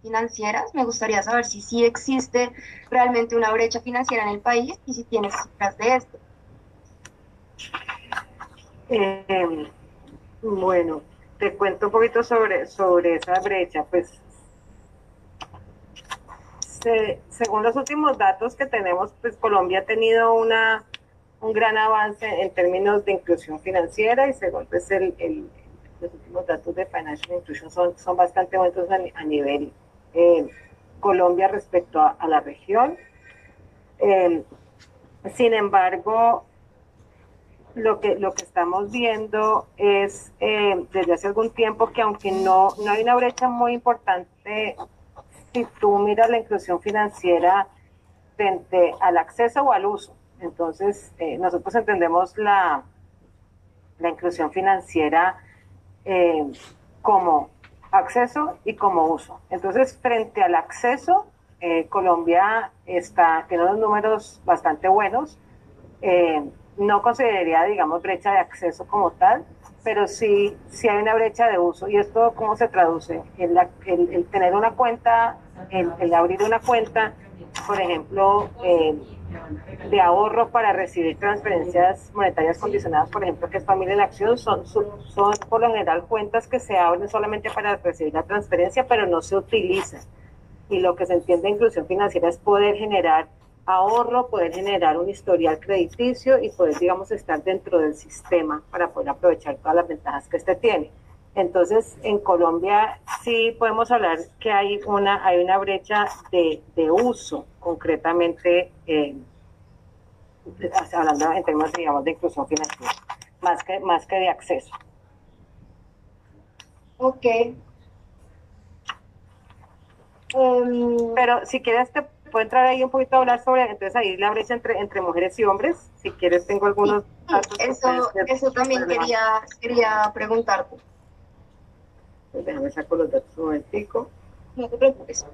financieras. Me gustaría saber si sí existe realmente una brecha financiera en el país y si tienes cifras de esto. Eh, bueno, te cuento un poquito sobre esa brecha. Pues según los últimos datos que tenemos, pues Colombia ha tenido un gran avance en términos de inclusión financiera y según pues los últimos datos de Financial Inclusion son bastante buenos a nivel eh, Colombia respecto a la región. Eh, Sin embargo, lo que estamos viendo es desde hace algún tiempo que aunque no hay una brecha muy importante, si tú miras la inclusión financiera frente al acceso o al uso, entonces nosotros entendemos la inclusión financiera eh, como acceso y como uso. Entonces, frente al acceso, Colombia tiene unos números bastante buenos. No consideraría, digamos, brecha de acceso como tal, pero sí hay una brecha de uso. ¿Y esto cómo se traduce? El tener una cuenta, el abrir una cuenta, por ejemplo, de ahorro para recibir transferencias monetarias condicionadas, por ejemplo, que es Familia en Acción, son por lo general cuentas que se abren solamente para recibir la transferencia, pero no se utilizan. Y lo que se entiende de inclusión financiera es poder generar ahorro, poder generar un historial crediticio y poder, digamos, estar dentro del sistema para poder aprovechar todas las ventajas que este tiene. Entonces, en Colombia sí podemos hablar que hay una brecha de uso, concretamente, hablando en términos, digamos, de inclusión financiera, más que de acceso. Ok. Um, Pero si quieres te puedo entrar ahí un poquito a hablar sobre, entonces ahí la brecha entre mujeres y hombres. Si quieres tengo sí, algunos datos que pueden ser eso también relevantes. quería preguntarte. Pues déjame sacar los datos un momentico. No te preocupes.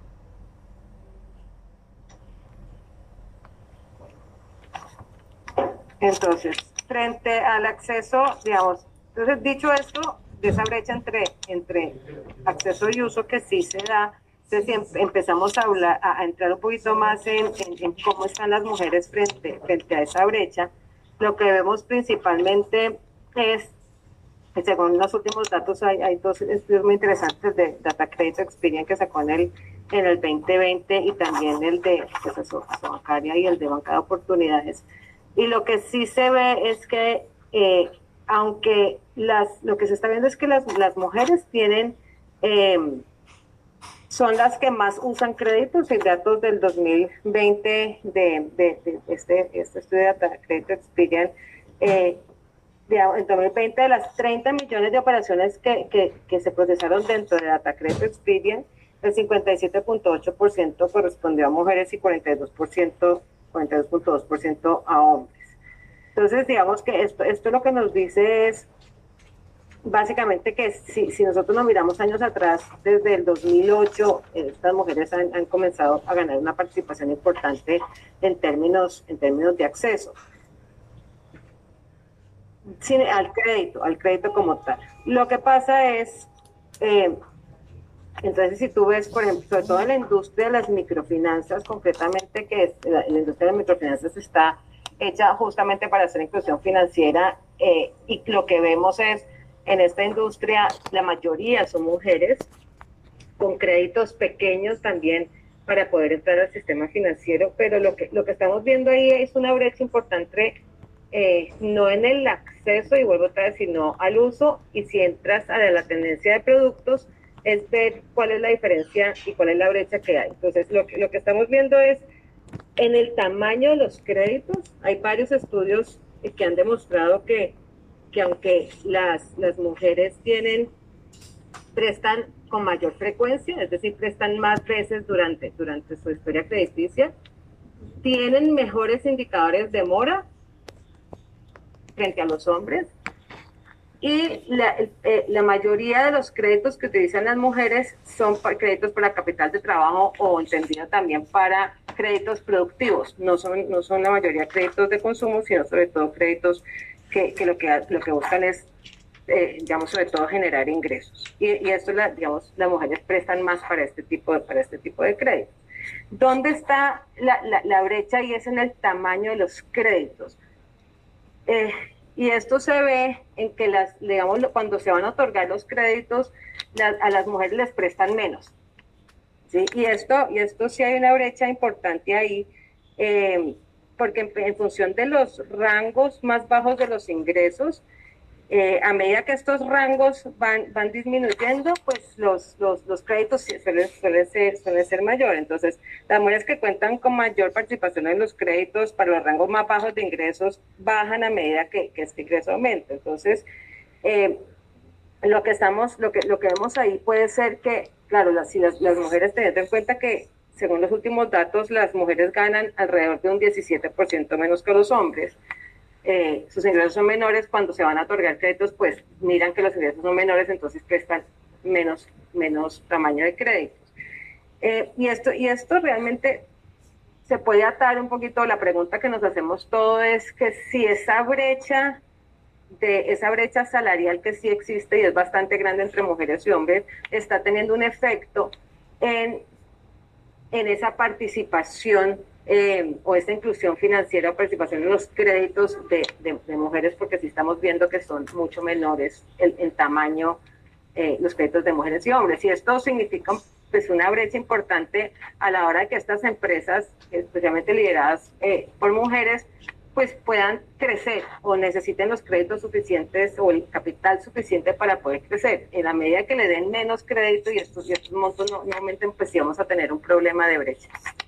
Entonces, frente al acceso, digamos, entonces dicho esto, de esa brecha entre acceso y uso que sí se da, entonces empezamos a hablar, a entrar un poquito más en cómo están las mujeres frente a esa brecha. Lo que vemos principalmente es, según los últimos datos, hay dos estudios muy interesantes de Data Credit Experience que sacó en el 2020 y también el de pues, bancaria y el de banca de oportunidades. Y lo que sí se ve es que, aunque lo que se está viendo es que las mujeres tienen, eh, son las que más usan créditos, y datos del 2020 de este estudio de Data Credit Experience, en 2020 de las 30 millones de operaciones que se procesaron dentro de Data Credit Experience, el 57.8% correspondió a mujeres y 42.2% a hombres. Entonces, digamos que esto lo que nos dice es básicamente que si nosotros nos miramos años atrás, desde el 2008, estas mujeres han comenzado a ganar una participación importante en términos de acceso. Sí, al crédito como tal. Lo que pasa es, eh, entonces si tú ves, por ejemplo, sobre todo en la industria de las microfinanzas, concretamente, que es, la industria de las microfinanzas está hecha justamente para hacer inclusión financiera, y lo que vemos es, en esta industria, la mayoría son mujeres, con créditos pequeños también para poder entrar al sistema financiero, pero lo que estamos viendo ahí es una brecha importante, no en el acceso, y vuelvo otra vez, sino al uso, y si entras a la tendencia de productos, es ver cuál es la diferencia y cuál es la brecha que hay. Entonces, lo que estamos viendo es en el tamaño de los créditos. Hay varios estudios que han demostrado que aunque las mujeres prestan con mayor frecuencia, es decir, prestan más veces durante su historia crediticia, tienen mejores indicadores de mora frente a los hombres, y la mayoría de los créditos que utilizan las mujeres son créditos para capital de trabajo, o entendido también para créditos productivos. No son la mayoría créditos de consumo, sino sobre todo créditos que lo que buscan es digamos, sobre todo generar ingresos. Y esto, digamos, las mujeres prestan más para este tipo de créditos. ¿Dónde está la brecha? Y es en el tamaño de los créditos. Y esto se ve en que digamos, cuando se van a otorgar los créditos, a las mujeres les prestan menos. ¿Sí? Y esto sí hay una brecha importante ahí, porque en función de los rangos más bajos de los ingresos, a medida que estos rangos van disminuyendo, pues los créditos suelen ser mayores. Entonces, las mujeres que cuentan con mayor participación en los créditos para los rangos más bajos de ingresos bajan a medida que este ingreso aumenta. Entonces, lo que vemos ahí puede ser que, claro, si las mujeres, teniendo en cuenta que según los últimos datos, las mujeres ganan alrededor de un 17% menos que los hombres, sus ingresos son menores. Cuando se van a otorgar créditos, pues miran que los ingresos son menores, entonces prestan menos tamaño de créditos. Y esto realmente se puede atar un poquito. La pregunta que nos hacemos todo es que si esa brecha salarial que sí existe y es bastante grande entre mujeres y hombres, está teniendo un efecto en esa participación o esta inclusión financiera o participación en los créditos de mujeres, porque sí estamos viendo que son mucho menores en tamaño los créditos de mujeres y hombres. Y esto significa pues una brecha importante a la hora de que estas empresas, especialmente lideradas por mujeres, pues puedan crecer o necesiten los créditos suficientes o el capital suficiente para poder crecer. En la medida que le den menos crédito y estos montos no aumenten, pues sí vamos a tener un problema de brecha.